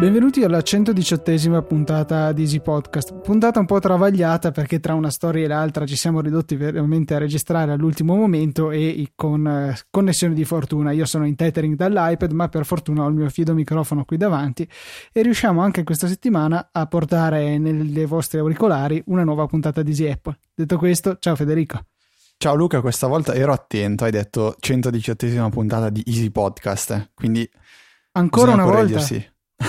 Benvenuti alla 118esima puntata di Easy Podcast, puntata un po' travagliata perché tra una storia e l'altra ci siamo ridotti veramente a registrare all'ultimo momento e con connessioni di fortuna. Io sono in tethering dall'iPad, ma per fortuna ho il mio fido microfono qui davanti e riusciamo anche questa settimana a portare nei vostri auricolari una nuova puntata di Easy Apple. Detto questo, ciao Federico. Ciao Luca, questa volta ero attento, hai detto 118esima puntata di Easy Podcast, quindi ancora una volta? Sì.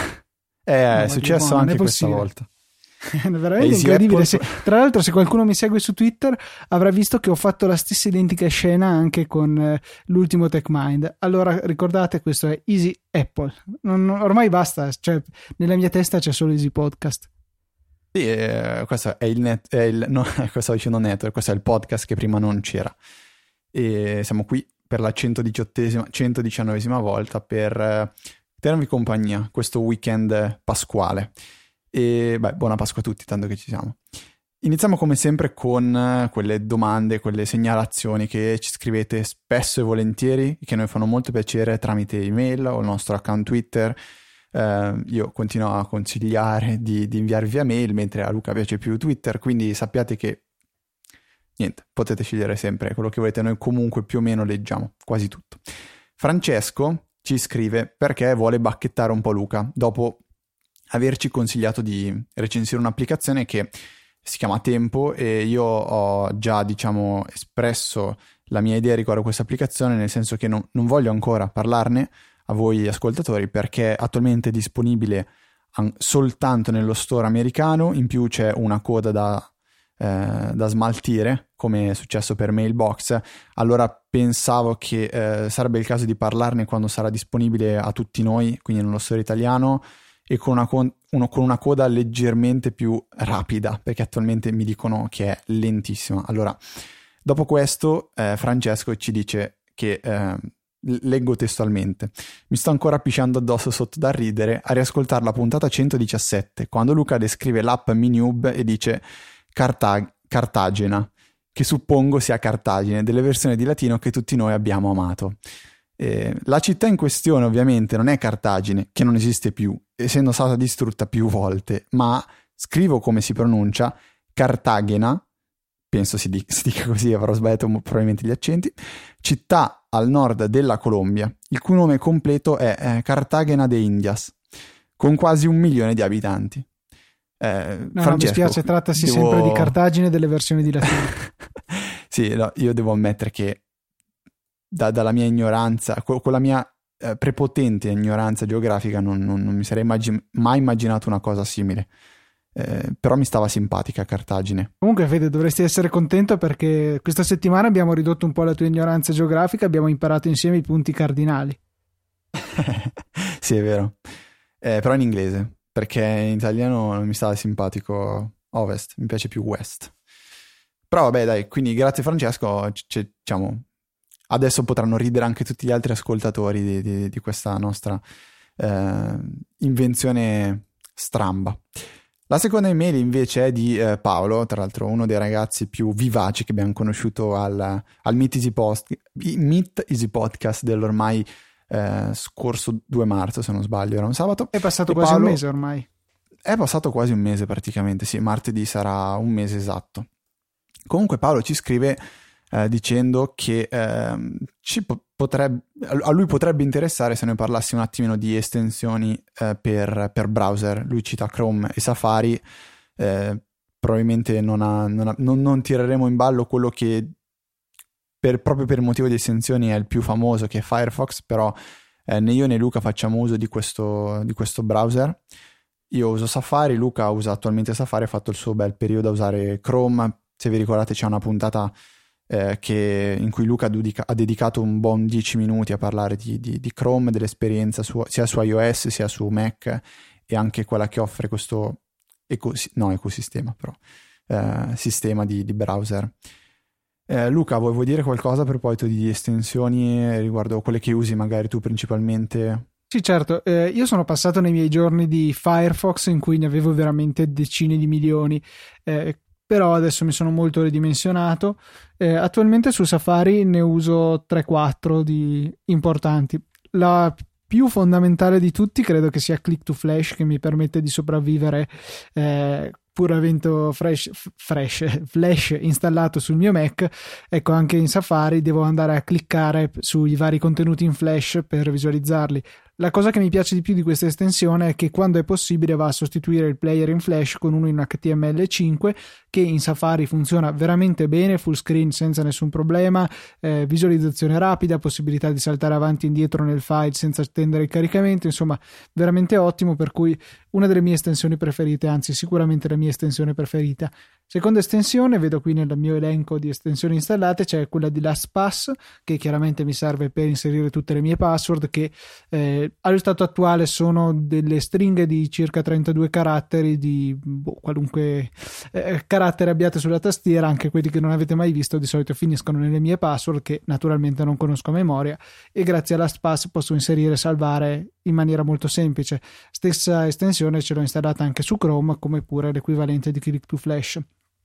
È successo anche questa volta. È veramente incredibile. Tra l'altro, se qualcuno mi segue su Twitter avrà visto che ho fatto la stessa identica scena anche con l'ultimo TechMind. Allora ricordate, questo è Easy Apple. Ormai basta, cioè nella mia testa c'è solo Easy Podcast. Sì, questo è questo dicendo network, questo è il podcast che prima non c'era. E siamo qui per la 119esima volta per tenervi compagnia questo weekend pasquale. E buona Pasqua a tutti, tanto che ci siamo. Iniziamo come sempre con quelle domande, quelle segnalazioni che ci scrivete spesso e volentieri, che a noi fanno molto piacere tramite email o il nostro account Twitter. Io continuo a consigliare di inviarvi via mail, mentre a Luca piace più Twitter, quindi sappiate che niente, potete scegliere sempre quello che volete, noi comunque più o meno leggiamo quasi tutto. Francesco ci scrive perché vuole bacchettare un po' Luca dopo averci consigliato di recensire un'applicazione che si chiama Tempo, e io ho già espresso la mia idea riguardo a questa applicazione, nel senso che non voglio ancora parlarne a voi ascoltatori perché attualmente è disponibile soltanto nello store americano. In più c'è una coda da smaltire, come è successo per Mailbox. Allora pensavo che sarebbe il caso di parlarne quando sarà disponibile a tutti noi, quindi nello store italiano, e con una coda leggermente più rapida, perché attualmente mi dicono che è lentissima. Allora, dopo questo Francesco ci dice che leggo testualmente: mi sto ancora pisciando addosso sotto da ridere a riascoltare la puntata 117 quando Luca descrive l'app Minube e dice Cartagena, che suppongo sia Cartagine, delle versioni di latino che tutti noi abbiamo amato. La città in questione ovviamente non è Cartagine, che non esiste più, essendo stata distrutta più volte, ma scrivo come si pronuncia, Cartagena, penso si dica così, avrò sbagliato probabilmente gli accenti, città al nord della Colombia, il cui nome completo è Cartagena de Indias, con quasi 1 milione di abitanti. No, mi spiace, trattasi sempre di Cartagine delle versioni di latino. Sì, no, io devo ammettere che dalla mia ignoranza, con la mia prepotente ignoranza geografica, non mi sarei mai immaginato una cosa simile. Però mi stava simpatica Cartagine. Comunque Fede, dovresti essere contento perché questa settimana abbiamo ridotto un po' la tua ignoranza geografica, abbiamo imparato insieme i punti cardinali. Sì, è vero, però in inglese, perché in italiano non mi stava simpatico Ovest, mi piace più West. Però vabbè, dai, quindi grazie Francesco, adesso potranno ridere anche tutti gli altri ascoltatori di questa nostra invenzione stramba. La seconda email invece è di Paolo, tra l'altro uno dei ragazzi più vivaci che abbiamo conosciuto al Meet Easy Podcast dell'ormai scorso 2 marzo, se non sbaglio, era un sabato. È passato quasi un mese ormai. È passato quasi un mese praticamente, sì, martedì sarà un mese esatto. Comunque Paolo ci scrive dicendo che a lui potrebbe interessare se noi parlassimo un attimino di estensioni per browser. Lui cita Chrome e Safari. Probabilmente non tireremo in ballo quello che proprio per motivo di estensioni è il più famoso, che è Firefox, però né io né Luca facciamo uso di questo browser. Io uso Safari, Luca usa attualmente Safari, ha fatto il suo bel periodo a usare Chrome. Se vi ricordate c'è una puntata in cui Luca ha dedicato un buon 10 minuti a parlare di Chrome, dell'esperienza sia su iOS sia su Mac, e anche quella che offre questo ecosistema, però sistema di browser. Luca, vuoi dire qualcosa a proposito di estensioni riguardo quelle che usi magari tu principalmente? Sì, certo, io sono passato nei miei giorni di Firefox in cui ne avevo veramente decine di milioni, però adesso mi sono molto ridimensionato. Attualmente su Safari ne uso 3-4 di importanti. La più fondamentale di tutti credo che sia Click to Flash, che mi permette di sopravvivere pur avendo Flash installato sul mio Mac. Ecco, anche in Safari devo andare a cliccare sui vari contenuti in Flash per visualizzarli. La cosa che mi piace di più di questa estensione è che quando è possibile va a sostituire il player in Flash con uno in HTML5, che in Safari funziona veramente bene, full screen senza nessun problema, visualizzazione rapida, possibilità di saltare avanti e indietro nel file senza attendere il caricamento, insomma veramente ottimo, per cui una delle mie estensioni preferite, anzi sicuramente la mia estensione preferita. Seconda estensione, vedo qui nel mio elenco di estensioni installate, c'è quella di LastPass, che chiaramente mi serve per inserire tutte le mie password, che allo stato attuale sono delle stringhe di circa 32 caratteri di qualunque carattere abbiate sulla tastiera, anche quelli che non avete mai visto di solito finiscono nelle mie password, che naturalmente non conosco a memoria, e grazie a LastPass posso inserire e salvare in maniera molto semplice. Stessa estensione ce l'ho installata anche su Chrome, come pure l'equivalente di Click to Flash.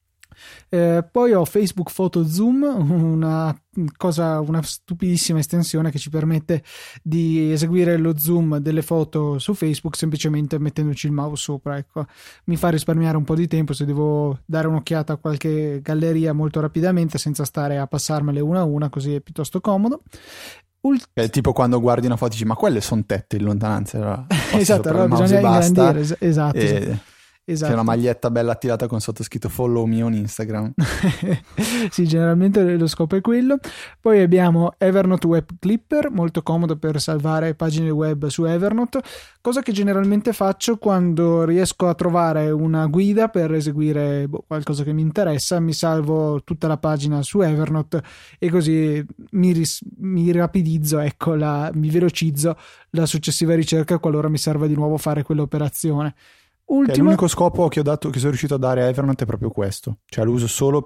Poi ho Facebook Photo Zoom, una stupidissima estensione che ci permette di eseguire lo zoom delle foto su Facebook semplicemente mettendoci il mouse sopra. Ecco, mi fa risparmiare un po' di tempo se devo dare un'occhiata a qualche galleria molto rapidamente senza stare a passarmele una a una, così è piuttosto comodo. È tipo quando guardi una foto e dici ma quelle sono tette in lontananza, allora esatto, allora bisogna ingrandire, esatto. C'è una maglietta bella attivata con sottoscritto follow me on Instagram. Sì, generalmente lo scopo è quello. Poi abbiamo Evernote Web Clipper, molto comodo per salvare pagine web su Evernote, cosa che generalmente faccio quando riesco a trovare una guida per eseguire qualcosa che mi interessa, mi salvo tutta la pagina su Evernote e così mi rapidizzo, ecco, mi velocizzo la successiva ricerca qualora mi serva di nuovo fare quell'operazione. L'unico scopo che sono riuscito a dare a Evernote è proprio questo, cioè lo uso solo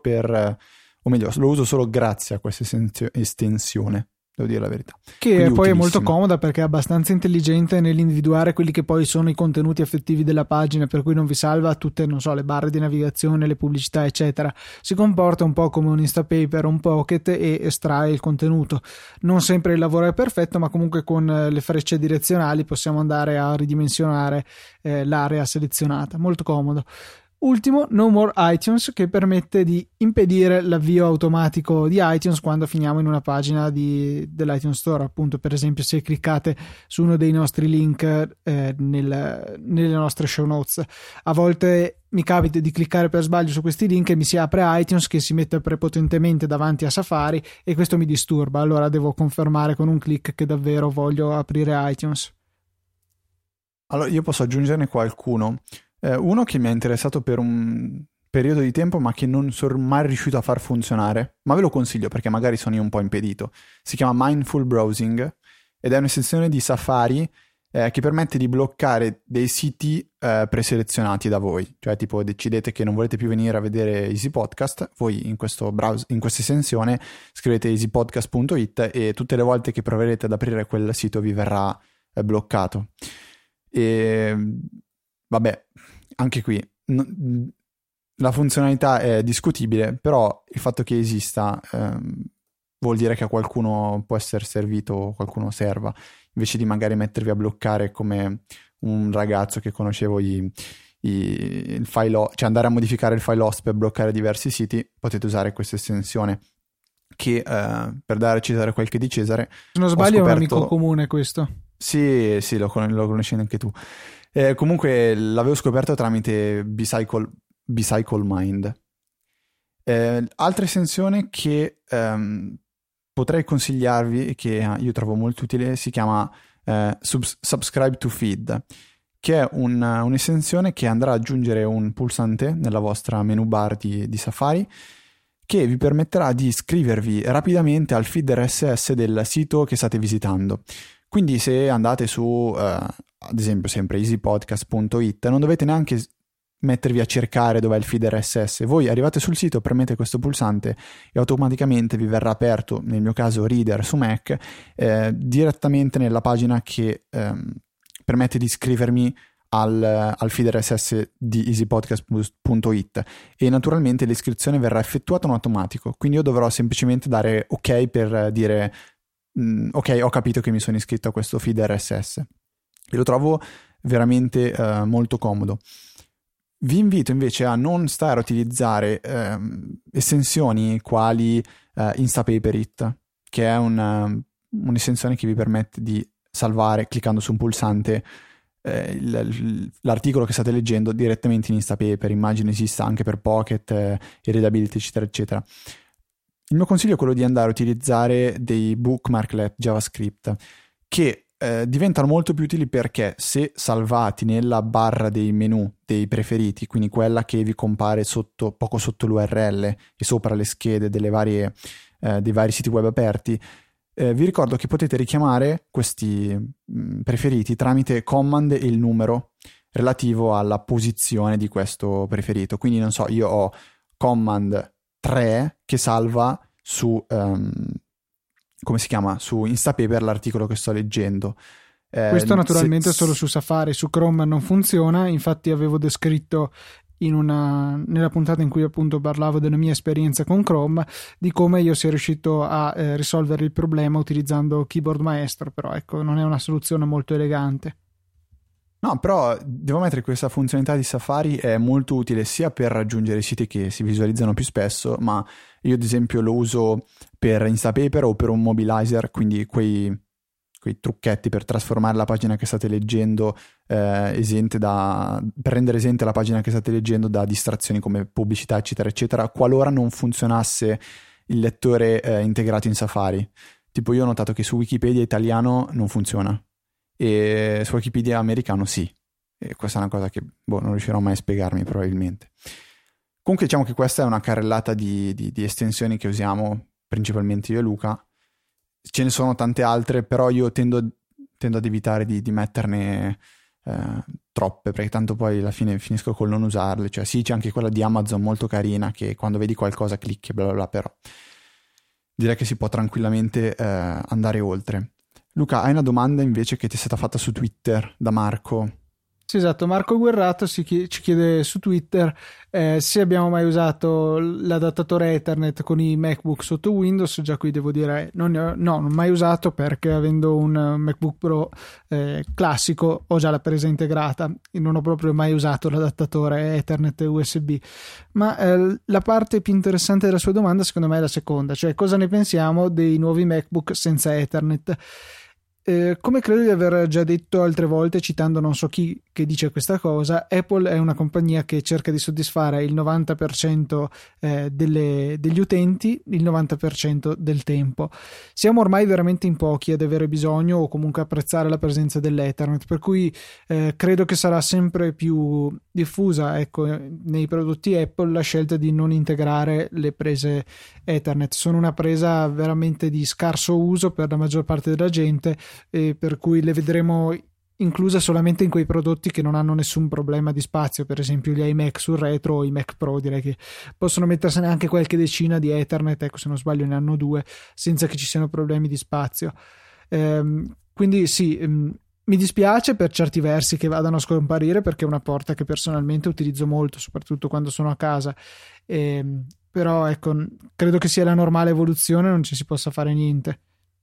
o meglio, lo uso solo grazie a questa estensione, devo dire la verità. Che Quindi poi è molto comoda perché è abbastanza intelligente nell'individuare quelli che poi sono i contenuti effettivi della pagina, per cui non vi salva tutte, non so, le barre di navigazione, le pubblicità, eccetera. Si comporta un po' come un Instapaper, un Pocket, e estrae il contenuto. Non sempre il lavoro è perfetto, ma comunque con le frecce direzionali possiamo andare a ridimensionare l'area selezionata. Molto comodo. Ultimo, No More iTunes, che permette di impedire l'avvio automatico di iTunes quando finiamo in una pagina dell'iTunes Store. Appunto, per esempio, se cliccate su uno dei nostri link nelle nostre show notes, a volte mi capita di cliccare per sbaglio su questi link e mi si apre iTunes che si mette prepotentemente davanti a Safari e questo mi disturba, allora devo confermare con un click che davvero voglio aprire iTunes. Allora io posso aggiungerne qualcuno. Uno che mi ha interessato per un periodo di tempo ma che non sono mai riuscito a far funzionare, ma ve lo consiglio perché magari sono io un po' impedito. Si chiama Mindful Browsing ed è un'estensione di Safari che permette di bloccare dei siti preselezionati da voi. Cioè tipo decidete che non volete più venire a vedere Easy Podcast, voi in questa estensione scrivete easypodcast.it e tutte le volte che proverete ad aprire quel sito vi verrà bloccato. E vabbè, anche qui la funzionalità è discutibile, però il fatto che esista vuol dire che a qualcuno può essere servito, qualcuno serva, invece di magari mettervi a bloccare come un ragazzo che conoscevo il file, cioè andare a modificare il file host per bloccare diversi siti. Potete usare questa estensione che per dare a Cesare quel che di Cesare. Se non sbaglio è un amico comune questo. Sì, lo conosci anche tu. Comunque l'avevo scoperto tramite Bicycle Mind. Altra estensione che potrei consigliarvi e che io trovo molto utile si chiama Subscribe to Feed, che è un'estensione che andrà ad aggiungere un pulsante nella vostra menu bar di Safari che vi permetterà di iscrivervi rapidamente al feed RSS del sito che state visitando. Quindi se andate su ad esempio sempre easypodcast.it non dovete neanche mettervi a cercare dov'è il feed RSS, voi arrivate sul sito, premete questo pulsante e automaticamente vi verrà aperto, nel mio caso Reader su Mac, direttamente nella pagina che permette di iscrivermi al feed RSS di easypodcast.it e naturalmente l'iscrizione verrà effettuata in automatico, quindi io dovrò semplicemente dare ok per dire ok, ho capito che mi sono iscritto a questo feed RSS e lo trovo veramente molto comodo. Vi invito invece a non stare a utilizzare estensioni quali Instapaperit, che è un'estensione che vi permette di salvare cliccando su un pulsante l'articolo che state leggendo direttamente in Instapaper. Immagino esista anche per Pocket e Readability, eccetera eccetera. Il mio consiglio è quello di andare a utilizzare dei bookmarklet JavaScript che diventano molto più utili, perché se salvati nella barra dei menu dei preferiti, quindi quella che vi compare poco sotto l'URL e sopra le schede dei vari siti web aperti, vi ricordo che potete richiamare questi preferiti tramite command e il numero relativo alla posizione di questo preferito. Quindi non so, io ho command 3 che salva su come si chiama? Su Instapaper l'articolo che sto leggendo. Questo naturalmente solo su Safari, su Chrome non funziona. Infatti avevo descritto nella puntata in cui appunto parlavo della mia esperienza con Chrome, di come io sia riuscito a risolvere il problema utilizzando Keyboard Maestro, però ecco, non è una soluzione molto elegante. No, però devo ammettere che questa funzionalità di Safari è molto utile sia per raggiungere siti che si visualizzano più spesso, ma io ad esempio lo uso per Instapaper o per un mobilizer, quindi quei trucchetti per trasformare la pagina che state leggendo per rendere esente la pagina che state leggendo da distrazioni come pubblicità, eccetera eccetera, qualora non funzionasse il lettore integrato in Safari. Tipo, io ho notato che su Wikipedia italiano non funziona e su Wikipedia americano sì, e questa è una cosa che non riuscirò mai a spiegarmi probabilmente. Comunque diciamo che questa è una carrellata di estensioni che usiamo principalmente io e Luca. Ce ne sono tante altre, però io tendo ad evitare di metterne troppe, perché tanto poi alla fine finisco col non usarle. Cioè sì, c'è anche quella di Amazon molto carina, che quando vedi qualcosa clicchi e bla bla bla, però direi che si può tranquillamente andare oltre. Luca, hai una domanda invece che ti è stata fatta su Twitter da Marco? Sì, esatto, Marco Guerrato ci chiede su Twitter se abbiamo mai usato l'adattatore Ethernet con i MacBook sotto Windows. Già qui devo dire non ho mai usato, perché avendo un MacBook Pro classico ho già la presa integrata e non ho proprio mai usato l'adattatore Ethernet USB. Ma la parte più interessante della sua domanda secondo me è la seconda, cioè cosa ne pensiamo dei nuovi MacBook senza Ethernet. Come credo di aver già detto altre volte, citando non so chi che dice questa cosa, Apple è una compagnia che cerca di soddisfare il 90% degli utenti il 90% del tempo. Siamo ormai veramente in pochi ad avere bisogno o comunque apprezzare la presenza dell'Ethernet, per cui credo che sarà sempre più diffusa, ecco, nei prodotti Apple la scelta di non integrare le prese Ethernet. Sono una presa veramente di scarso uso per la maggior parte della gente, e per cui le vedremo incluse solamente in quei prodotti che non hanno nessun problema di spazio, per esempio gli iMac sul retro o i Mac Pro. Direi che possono mettersene anche qualche decina di Ethernet, ecco, se non sbaglio ne hanno 2, senza che ci siano problemi di spazio. Quindi sì, mi dispiace per certi versi che vadano a scomparire, perché è una porta che personalmente utilizzo molto, soprattutto quando sono a casa, però ecco, credo che sia la normale evoluzione, non ci si possa fare niente.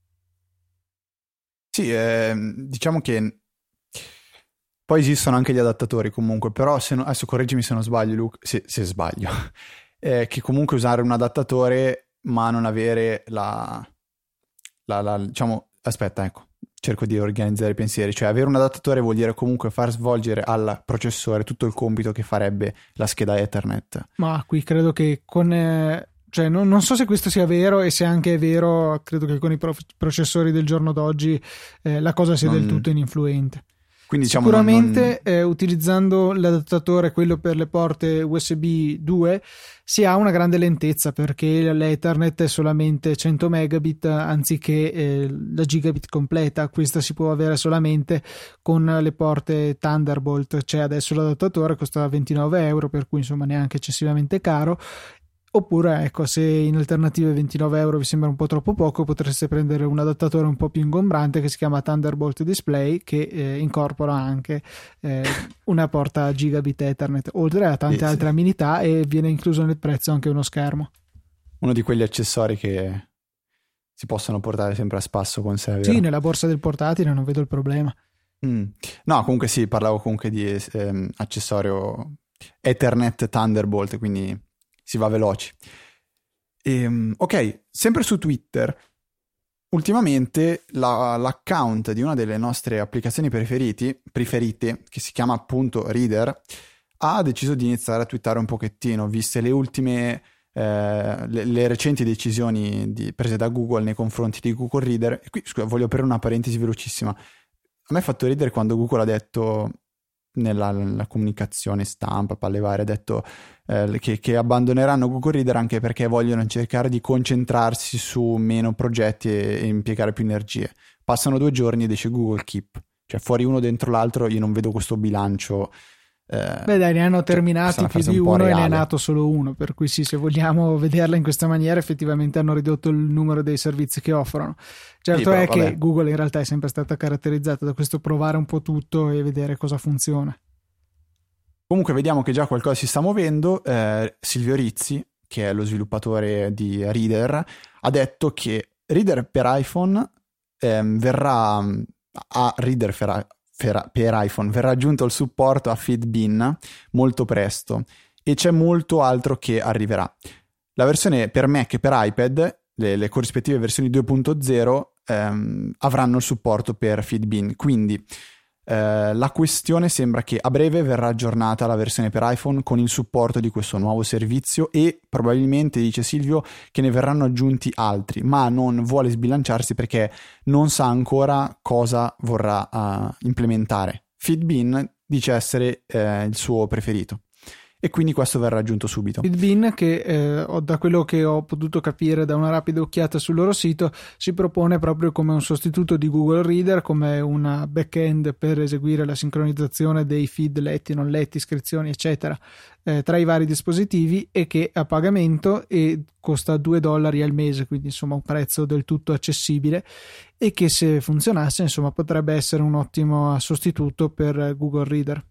Sì, diciamo che poi esistono anche gli adattatori comunque, però adesso correggimi se non sbaglio, Luca, se sbaglio, che comunque usare un adattatore ma non avere diciamo, aspetta, ecco, cerco di organizzare i pensieri, cioè avere un adattatore vuol dire comunque far svolgere al processore tutto il compito che farebbe la scheda Ethernet. Ma qui credo che cioè non so se questo sia vero, e se anche è vero credo che con i processori del giorno d'oggi la cosa sia del tutto ininfluente. Quindi, diciamo, sicuramente utilizzando l'adattatore, quello per le porte USB 2, si ha una grande lentezza, perché l'Ethernet è solamente 100 megabit anziché la gigabit completa. Questa si può avere solamente con le porte Thunderbolt. Cioè adesso l'adattatore costa 29 euro, per cui insomma neanche eccessivamente caro. Oppure ecco, se in alternativa 29 euro vi sembra un po' troppo poco, potreste prendere un adattatore un po' più ingombrante che si chiama Thunderbolt Display, che incorpora anche una porta gigabit Ethernet, oltre a tante altre amenità, e viene incluso nel prezzo anche uno schermo. Uno di quegli accessori che si possono portare sempre a spasso con sé, vero? Sì, nella borsa del portatile non vedo il problema. No, comunque sì, parlavo comunque di accessorio Ethernet Thunderbolt, quindi si va veloci. Ok, sempre su Twitter, ultimamente l'account di una delle nostre applicazioni preferite, che si chiama appunto Reader, ha deciso di iniziare a twittare un pochettino, viste le ultime, le recenti decisioni prese da Google nei confronti di Google Reader. E qui, scusa, voglio aprire una parentesi velocissima. A me ha fatto ridere quando Google ha detto nella comunicazione stampa, palle varie, ha detto che abbandoneranno Google Reader anche perché vogliono cercare di concentrarsi su meno progetti e impiegare più energie. Passano 2 giorni ed esce Google Keep, cioè fuori uno dentro l'altro. Io non vedo questo bilancio. Beh dai, ne hanno terminati più di uno e ne è nato solo uno, per cui sì, se vogliamo vederla in questa maniera, effettivamente hanno ridotto il numero dei servizi che offrono. Certo, sì, però, è che Google in realtà è sempre stata caratterizzata da questo provare un po' tutto e vedere cosa funziona. Comunque vediamo che già qualcosa si sta muovendo. Silvio Rizzi, che è lo sviluppatore di Reader, ha detto che Reader per iPhone verrà a Reader per iPhone verrà aggiunto il supporto a Feedbin molto presto e c'è molto altro che arriverà. La versione per Mac e per iPad, le corrispettive versioni 2.0 avranno il supporto per Feedbin, quindi la questione sembra che a breve verrà aggiornata la versione per iPhone con il supporto di questo nuovo servizio e probabilmente, dice Silvio, che ne verranno aggiunti altri, ma non vuole sbilanciarsi perché non sa ancora cosa vorrà implementare. Feedbin dice essere il suo preferito e quindi questo verrà aggiunto subito. Feedbin, che da quello che ho potuto capire da una rapida occhiata sul loro sito, si propone proprio come un sostituto di Google Reader, come una back-end per eseguire la sincronizzazione dei feed letti, non letti, iscrizioni eccetera tra i vari dispositivi, e che a pagamento e costa $2 al mese, quindi insomma un prezzo del tutto accessibile, e che se funzionasse insomma potrebbe essere un ottimo sostituto per Google Reader.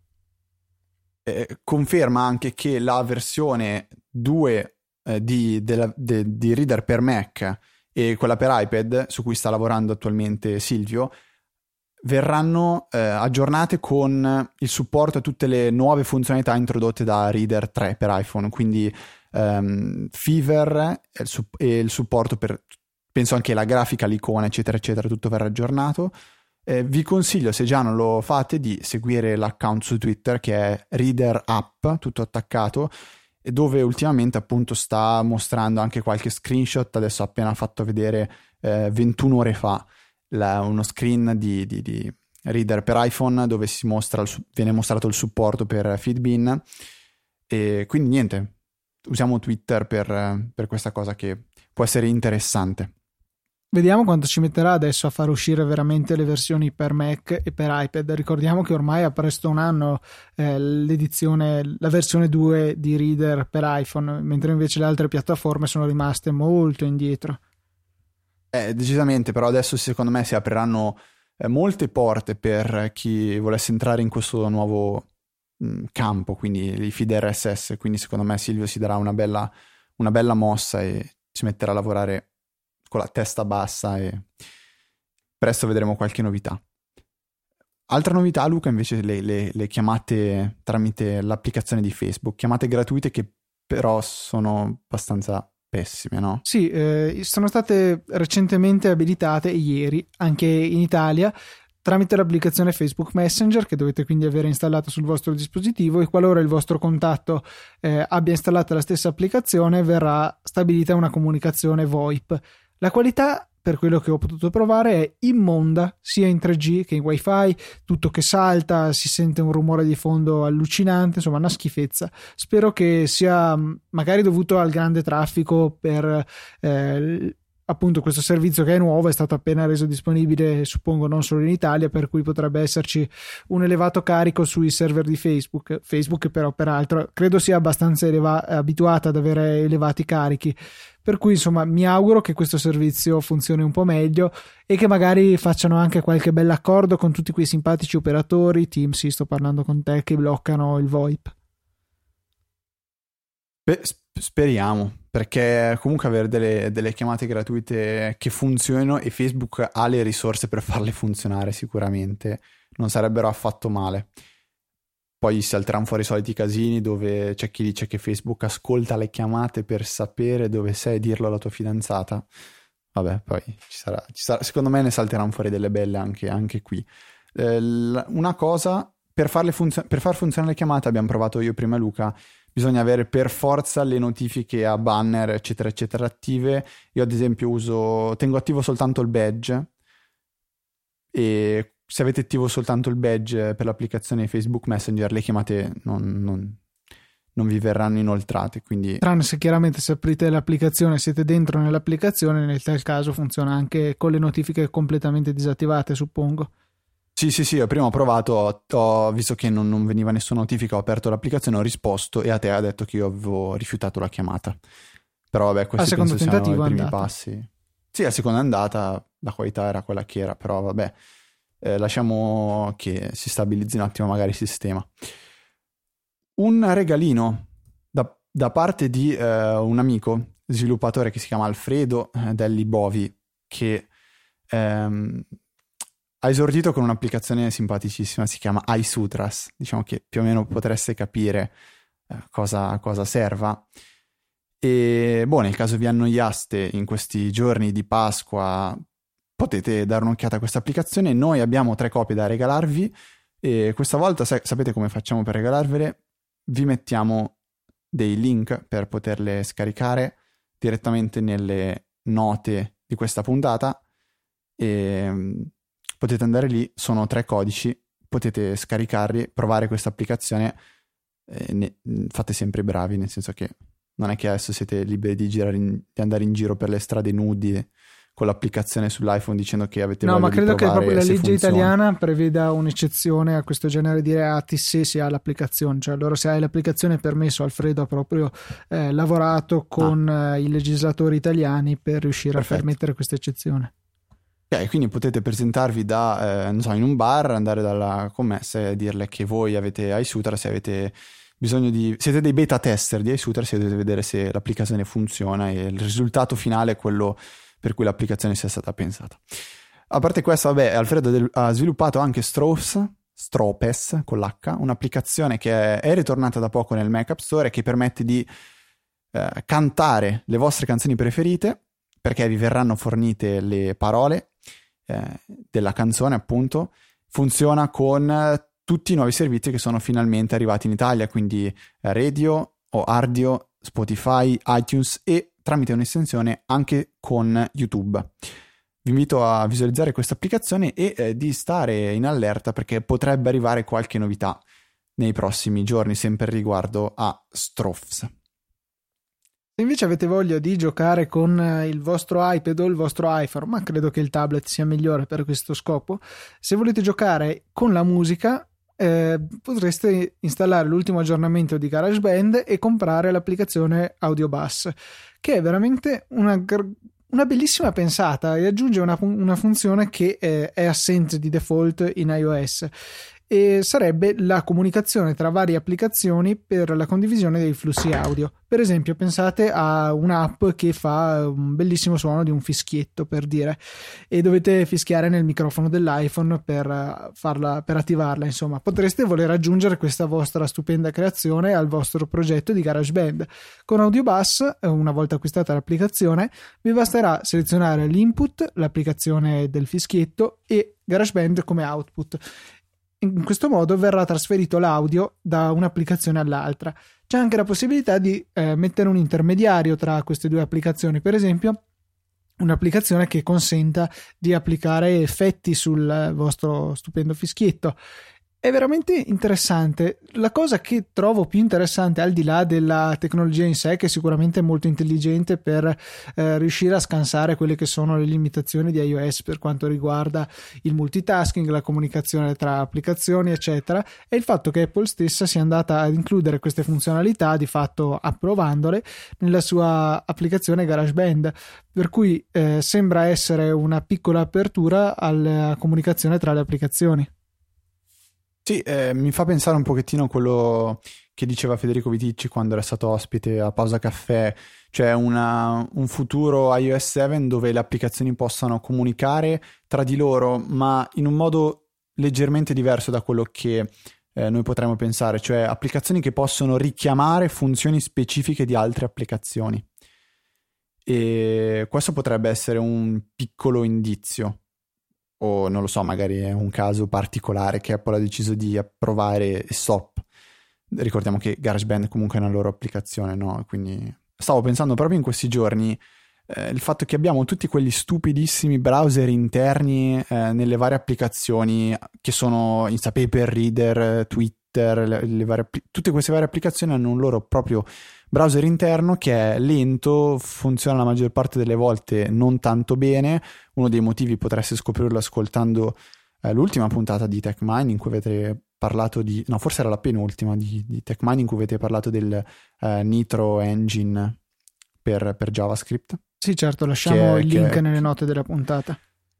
Conferma anche che la versione 2 di Reader per Mac e quella per iPad, su cui sta lavorando attualmente Silvio, verranno aggiornate con il supporto a tutte le nuove funzionalità introdotte da Reader 3 per iPhone, quindi Fever e il supporto per, penso anche la grafica, l'icona eccetera eccetera, tutto verrà aggiornato. Vi consiglio, se già non lo fate, di seguire l'account su Twitter che è Reader App, tutto attaccato, e dove ultimamente appunto sta mostrando anche qualche screenshot. Adesso ha appena fatto vedere 21 ore fa uno screen di Reader per iPhone dove viene mostrato il supporto per Feedbin, e quindi niente, usiamo Twitter per questa cosa che può essere interessante. Vediamo quanto ci metterà adesso a far uscire veramente le versioni per Mac e per iPad. Ricordiamo che ormai ha presto un anno la versione 2 di Reader per iPhone, mentre invece le altre piattaforme sono rimaste molto indietro. Decisamente, però adesso secondo me si apriranno molte porte per chi volesse entrare in questo nuovo campo, quindi i feed RSS, quindi secondo me Silvio si darà una bella mossa e si metterà a lavorare con la testa bassa e presto vedremo qualche novità. Altra novità, Luca, invece le chiamate tramite l'applicazione di Facebook, chiamate gratuite che però sono abbastanza pessime, no? Sì, sono state recentemente abilitate ieri anche in Italia tramite l'applicazione Facebook Messenger, che dovete quindi avere installato sul vostro dispositivo, e qualora il vostro contatto abbia installato la stessa applicazione verrà stabilita una comunicazione VoIP. La qualità, per quello che ho potuto provare, è immonda, sia in 3G che in Wi-Fi, tutto che salta, si sente un rumore di fondo allucinante, insomma una schifezza. Spero che sia magari dovuto al grande traffico per appunto questo servizio, che è nuovo, è stato appena reso disponibile, suppongo non solo in Italia, per cui potrebbe esserci un elevato carico sui server di Facebook però peraltro credo sia abbastanza abituata ad avere elevati carichi, per cui insomma mi auguro che questo servizio funzioni un po' meglio e che magari facciano anche qualche bell'accordo con tutti quei simpatici operatori, Team, sì, sto parlando con te, che bloccano il VoIP. Speriamo, perché comunque avere delle chiamate gratuite che funzionino, e Facebook ha le risorse per farle funzionare sicuramente, non sarebbero affatto male. Poi si salteranno fuori i soliti casini dove c'è chi dice che Facebook ascolta le chiamate per sapere dove sei e dirlo alla tua fidanzata. Vabbè, poi ci sarà, secondo me ne salteranno fuori delle belle anche qui. Una cosa, per far funzionare le chiamate, abbiamo provato io prima e Luca, bisogna avere per forza le notifiche a banner, eccetera, eccetera, attive. Io ad esempio tengo attivo soltanto il badge, e se avete attivo soltanto il badge per l'applicazione Facebook Messenger, le chiamate non vi verranno inoltrate, quindi... Tranne se chiaramente se aprite l'applicazione, siete dentro nell'applicazione, nel tal caso funziona anche con le notifiche completamente disattivate, suppongo. Sì, io prima ho provato, ho visto che non veniva nessuna notifica, ho aperto l'applicazione, ho risposto e a te ha detto che io avevo rifiutato la chiamata. Però vabbè, questi penso siano i primi passi. Sì, la seconda andata, la qualità era quella che era, però vabbè, lasciamo che si stabilizzi un attimo magari il sistema. Un regalino da parte di un amico sviluppatore che si chiama Alfredo Delli Bovi, che ha esordito con un'applicazione simpaticissima, si chiama iSutras, diciamo che più o meno potreste capire cosa serva. E nel caso vi annoiaste in questi giorni di Pasqua, potete dare un'occhiata a questa applicazione. Noi abbiamo 3 copie da regalarvi, e questa volta sapete come facciamo per regalarvele? Vi mettiamo dei link per poterle scaricare direttamente nelle note di questa puntata, e potete andare lì, sono 3 codici, potete scaricarli, provare questa applicazione, fate sempre i bravi, nel senso che non è che adesso siete liberi di andare in giro per le strade nudi con l'applicazione sull'iPhone dicendo che avete voglia di provare. No, ma credo che proprio la legge italiana preveda un'eccezione a questo genere di reati se si ha l'applicazione. Cioè, allora, se hai l'applicazione è permesso. Alfredo ha proprio lavorato con i legislatori italiani per riuscire a permettere questa eccezione. Ok, quindi potete presentarvi non so, in un bar, andare dalla commessa e dirle che voi avete iSutras, se avete bisogno siete dei beta tester di iSutras, e dovete vedere se l'applicazione funziona, e il risultato finale è quello per cui l'applicazione sia stata pensata. A parte questo, vabbè, Alfredo ha sviluppato anche Stropes con l'H, un'applicazione che è ritornata da poco nel Mac App Store, che permette di cantare le vostre canzoni preferite, perché vi verranno fornite le parole della canzone, appunto. Funziona con tutti i nuovi servizi che sono finalmente arrivati in Italia, quindi Radio o Ardio, Spotify, iTunes, e tramite un'estensione anche con YouTube. Vi invito a visualizzare questa applicazione e di stare in allerta, perché potrebbe arrivare qualche novità nei prossimi giorni, sempre riguardo a Strophs. Se invece avete voglia di giocare con il vostro iPad o il vostro iPhone, ma credo che il tablet sia migliore per questo scopo, se volete giocare con la musica, potreste installare l'ultimo aggiornamento di GarageBand e comprare l'applicazione AudioBus, che è veramente una bellissima pensata, e aggiunge una funzione che è assente di default in iOS, e sarebbe la comunicazione tra varie applicazioni per la condivisione dei flussi audio. Per esempio, pensate a un'app che fa un bellissimo suono di un fischietto, per dire, e dovete fischiare nel microfono dell'iPhone per attivarla. Insomma, potreste voler aggiungere questa vostra stupenda creazione al vostro progetto di GarageBand. Con AudioBus, una volta acquistata l'applicazione, vi basterà selezionare l'input, l'applicazione del fischietto, e GarageBand come output. In questo modo verrà trasferito l'audio da un'applicazione all'altra. C'è anche la possibilità di mettere un intermediario tra queste due applicazioni, per esempio un'applicazione che consenta di applicare effetti sul vostro stupendo fischietto. È veramente interessante. La cosa che trovo più interessante, al di là della tecnologia in sé, che sicuramente è molto intelligente per riuscire a scansare quelle che sono le limitazioni di iOS per quanto riguarda il multitasking, la comunicazione tra applicazioni, eccetera, è il fatto che Apple stessa sia andata ad includere queste funzionalità, di fatto approvandole, nella sua applicazione GarageBand, per cui sembra essere una piccola apertura alla comunicazione tra le applicazioni. Sì, mi fa pensare un pochettino a quello che diceva Federico Viticci quando era stato ospite a Pausa Caffè, cioè un futuro iOS 7 dove le applicazioni possano comunicare tra di loro, ma in un modo leggermente diverso da quello che noi potremmo pensare, cioè applicazioni che possono richiamare funzioni specifiche di altre applicazioni. E questo potrebbe essere un piccolo indizio, o non lo so, magari è un caso particolare che Apple ha deciso di approvare e stop. Ricordiamo che GarageBand comunque è una loro applicazione, no? Quindi stavo pensando proprio in questi giorni il fatto che abbiamo tutti quegli stupidissimi browser interni nelle varie applicazioni che sono Instapaper, Reader, Twitter, tutte queste varie applicazioni hanno un loro proprio browser interno che è lento, funziona la maggior parte delle volte non tanto bene. Uno dei motivi potreste scoprirlo ascoltando l'ultima puntata di TechMind in cui avete parlato no, forse era la penultima di TechMind in cui avete parlato del Nitro Engine per JavaScript. Sì, certo, lasciamo il link nelle note della puntata.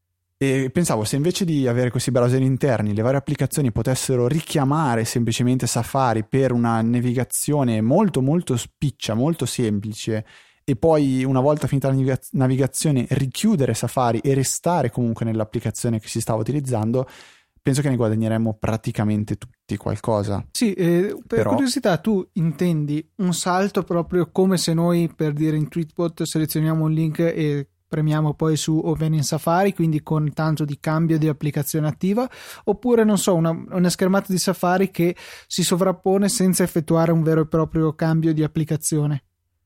E pensavo, se invece di avere questi browser interni, le varie applicazioni potessero richiamare semplicemente Safari per una navigazione molto molto spiccia, molto semplice, e poi una volta finita la navigazione richiudere Safari e restare comunque nell'applicazione che si stava utilizzando, penso che ne guadagneremmo praticamente tutti qualcosa. Sì, per curiosità, tu intendi un salto proprio come se noi, per dire, in Tweetbot selezioniamo un link e premiamo poi su Open in Safari, quindi con tanto di cambio di applicazione attiva, oppure non so, una schermata di Safari che si sovrappone senza effettuare un vero e proprio cambio di applicazione?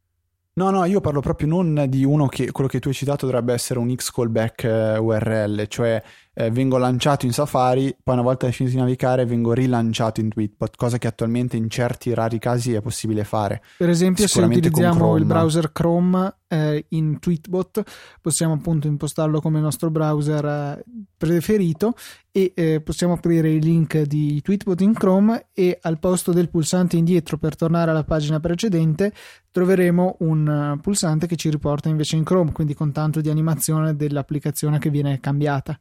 No, io parlo proprio non di quello che tu hai citato dovrebbe essere un X-callback URL, cioè vengo lanciato in Safari, poi una volta finito di navigare vengo rilanciato in Tweetbot, cosa che attualmente in certi rari casi è possibile fare. Per esempio, se utilizziamo il browser Chrome in Tweetbot, possiamo appunto impostarlo come nostro browser preferito e possiamo aprire il link di Tweetbot in Chrome e al posto del pulsante indietro per tornare alla pagina precedente troveremo un pulsante che ci riporta invece in Chrome, quindi con tanto di animazione dell'applicazione che viene cambiata.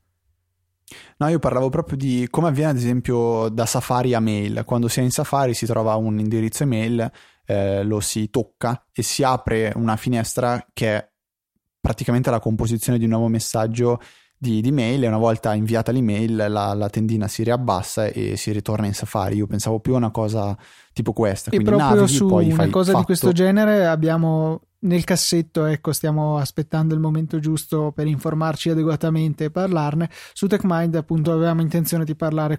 No, io parlavo proprio di come avviene ad esempio da Safari a Mail. Quando si è in Safari si trova un indirizzo email, lo si tocca e si apre una finestra che è praticamente la composizione di un nuovo messaggio di mail, e una volta inviata l'email la tendina si riabbassa e si ritorna in Safari. Io pensavo più a una cosa tipo questa. E quindi proprio navighi, su poi una cosa fatto. di questo genere abbiamo nel cassetto, ecco, stiamo aspettando il momento giusto per informarci adeguatamente e parlarne. Su TechMind appunto avevamo intenzione di parlare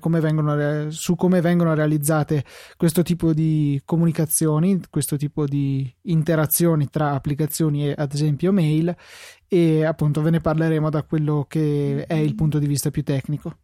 su come vengono realizzate questo tipo di comunicazioni, questo tipo di interazioni tra applicazioni e ad esempio mail, e appunto ve ne parleremo da quello che è il punto di vista più tecnico.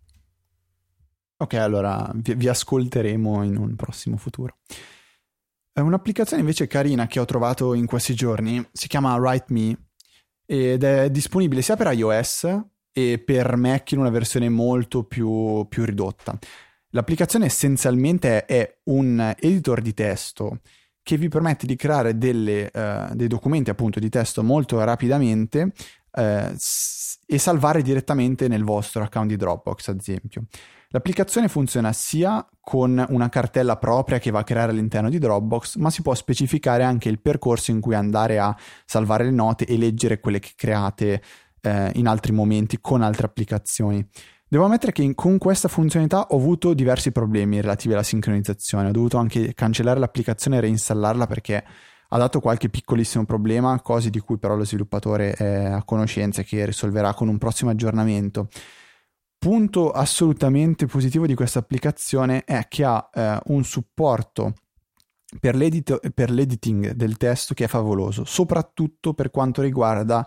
Ok, allora vi ascolteremo in un prossimo futuro. Un'applicazione invece carina che ho trovato in questi giorni si chiama WriteMe ed è disponibile sia per iOS e per Mac in una versione molto più ridotta. L'applicazione essenzialmente è un editor di testo che vi permette di creare dei documenti appunto di testo molto rapidamente e salvare direttamente nel vostro account di Dropbox, ad esempio. L'applicazione funziona sia con una cartella propria che va a creare all'interno di Dropbox, ma si può specificare anche il percorso in cui andare a salvare le note e leggere quelle che create in altri momenti con altre applicazioni. Devo ammettere che con questa funzionalità ho avuto diversi problemi relativi alla sincronizzazione. Ho dovuto anche cancellare l'applicazione e reinstallarla perché ha dato qualche piccolissimo problema, cose di cui però lo sviluppatore è a conoscenza e che risolverà con un prossimo aggiornamento. Punto assolutamente positivo di questa applicazione è che ha un supporto per l'editing del testo che è favoloso, soprattutto per quanto riguarda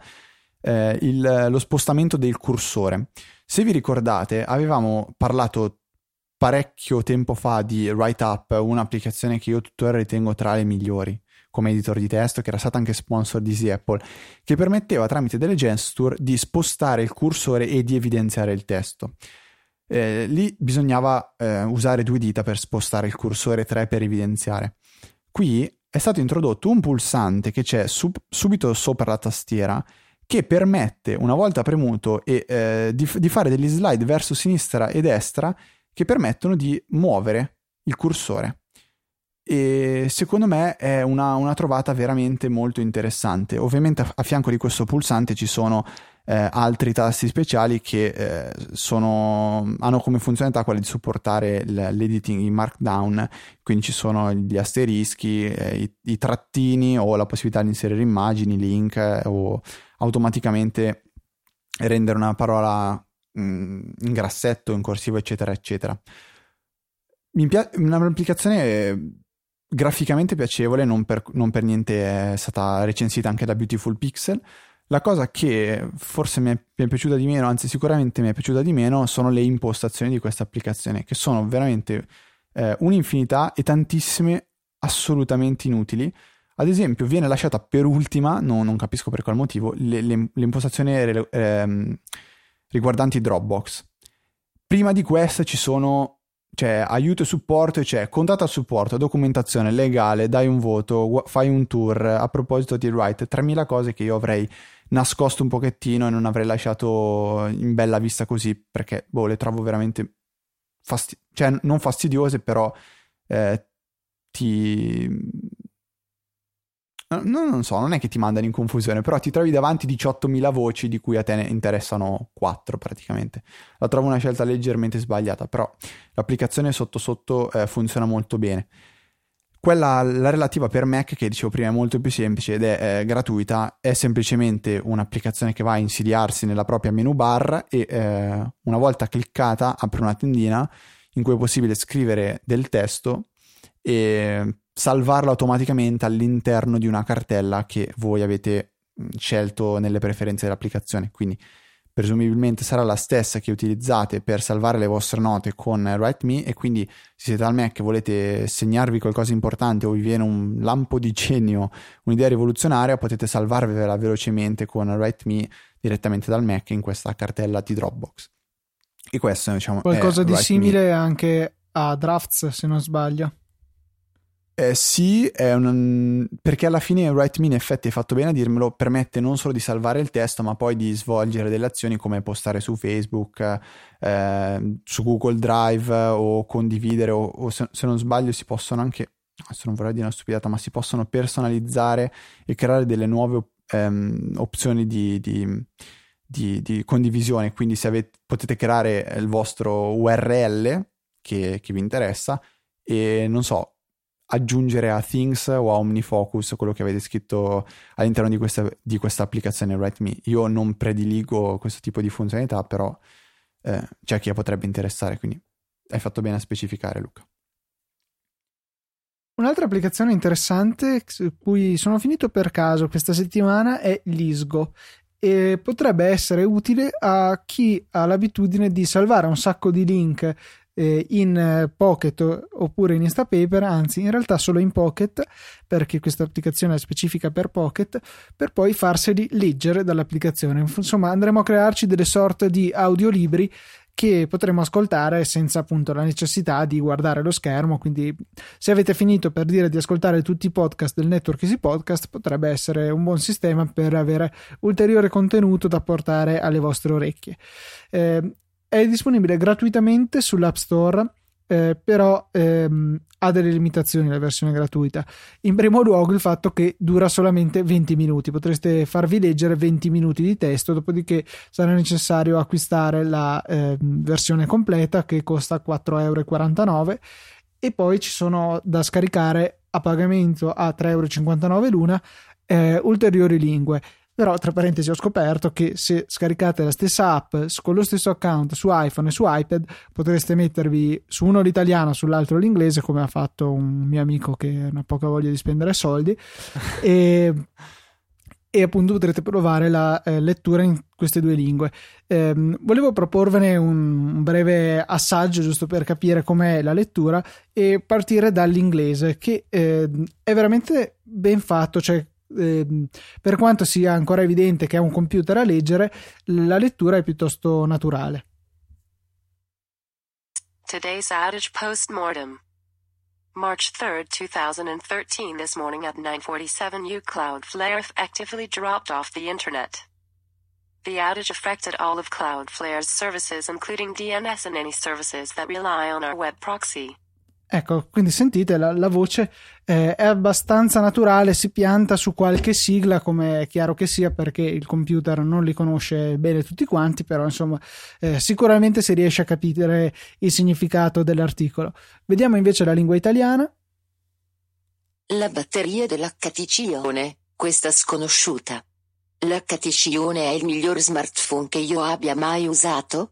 lo spostamento del cursore. Se vi ricordate, avevamo parlato parecchio tempo fa di WriteUp, un'applicazione che io tuttora ritengo tra le migliori come editor di testo, che era stata anche sponsor di Easy Apple, che permetteva tramite delle gesture di spostare il cursore e di evidenziare il testo. Lì bisognava usare 2 dita per spostare il cursore, 3 per evidenziare. Qui è stato introdotto un pulsante che c'è subito sopra la tastiera che permette, una volta premuto, di fare degli slide verso sinistra e destra che permettono di muovere il cursore. E secondo me è una trovata veramente molto interessante. Ovviamente a fianco di questo pulsante ci sono altri tasti speciali che hanno come funzionalità quella di supportare l'editing in Markdown, quindi ci sono gli asterischi, i trattini o la possibilità di inserire immagini, link o automaticamente rendere una parola in grassetto, in corsivo, eccetera, eccetera. Un'applicazione graficamente piacevole, non per niente è stata recensita anche da Beautiful Pixel. La cosa che forse mi è piaciuta di meno, anzi sicuramente mi è piaciuta di meno, sono le impostazioni di questa applicazione, che sono veramente un'infinità e tantissime assolutamente inutili. Ad esempio viene lasciata per ultima, non capisco per qual motivo, l'impostazione riguardanti Dropbox. Prima di questa ci sono aiuto e supporto, e c'è contatto al supporto, documentazione legale, dai un voto, fai un tour, a proposito di Write, 3000 cose che io avrei nascosto un pochettino e non avrei lasciato in bella vista così, perché le trovo veramente non fastidiose, però non so, non è che ti mandano in confusione, però ti trovi davanti 18.000 voci di cui a te ne interessano 4 praticamente. La trovo una scelta leggermente sbagliata, però l'applicazione sotto funziona molto bene. La relativa per Mac, che dicevo prima è molto più semplice ed è gratuita, è semplicemente un'applicazione che va a insediarsi nella propria menu bar e una volta cliccata apre una tendina in cui è possibile scrivere del testo e salvarlo automaticamente all'interno di una cartella che voi avete scelto nelle preferenze dell'applicazione. Quindi presumibilmente sarà la stessa che utilizzate per salvare le vostre note con WriteMe, e quindi se siete al Mac e volete segnarvi qualcosa di importante o vi viene un lampo di genio, un'idea rivoluzionaria, potete salvarvela velocemente con WriteMe direttamente dal Mac in questa cartella di Dropbox. E questo, diciamo, qualcosa è di WriteMe. Simile anche a Drafts, se non sbaglio. Sì, perché alla fine WriteMe in effetti è fatto bene a dirmelo, permette non solo di salvare il testo ma poi di svolgere delle azioni come postare su Facebook, su Google Drive o condividere o se non sbaglio si possono anche, adesso non vorrei dire una stupidata, ma si possono personalizzare e creare delle nuove opzioni di condivisione, quindi se potete creare il vostro URL che vi interessa e non so, aggiungere a Things o a OmniFocus quello che avete scritto all'interno di questa applicazione WriteMe. Io non prediligo questo tipo di funzionalità, però c'è chi potrebbe interessare, quindi hai fatto bene a specificare, Luca. Un'altra applicazione interessante su cui sono finito per caso questa settimana è Lisgo, e potrebbe essere utile a chi ha l'abitudine di salvare un sacco di link in Pocket oppure in Instapaper, anzi in realtà solo in Pocket, perché questa applicazione è specifica per Pocket, per poi farseli leggere dall'applicazione. Insomma, andremo a crearci delle sorte di audiolibri che potremo ascoltare senza appunto la necessità di guardare lo schermo. Quindi se avete finito, per dire, di ascoltare tutti i podcast del network Easy Podcast, potrebbe essere un buon sistema per avere ulteriore contenuto da portare alle vostre orecchie. È disponibile gratuitamente sull'App Store, però ha delle limitazioni la versione gratuita. In primo luogo il fatto che dura solamente 20 minuti, potreste farvi leggere 20 minuti di testo, dopodiché sarà necessario acquistare la versione completa che costa 4,49 €, e poi ci sono da scaricare a pagamento a 3,59 € l'una ulteriori lingue. Però tra parentesi ho scoperto che se scaricate la stessa app con lo stesso account su iPhone e su iPad potreste mettervi su uno l'italiano, sull'altro l'inglese, come ha fatto un mio amico che non ha poca voglia di spendere soldi e appunto potrete provare la lettura in queste due lingue. Volevo proporvene un breve assaggio giusto per capire com'è la lettura e partire dall'inglese, che è veramente ben fatto, cioè per quanto sia ancora evidente che è un computer a leggere, la lettura è piuttosto naturale. Today's outage post-mortem. March 3rd, 2013. This morning at 9:47 Cloudflare effectively dropped off the internet. The outage affected all of Cloudflare's services, including DNS and any services that rely on our web proxy. Ecco, quindi sentite, la voce è abbastanza naturale, si pianta su qualche sigla, come è chiaro che sia, perché il computer non li conosce bene tutti quanti, però insomma sicuramente si riesce a capire il significato dell'articolo. Vediamo invece la lingua italiana. La batteria dell'HTC-ione, questa sconosciuta. L'HTC-ione è il miglior smartphone che io abbia mai usato?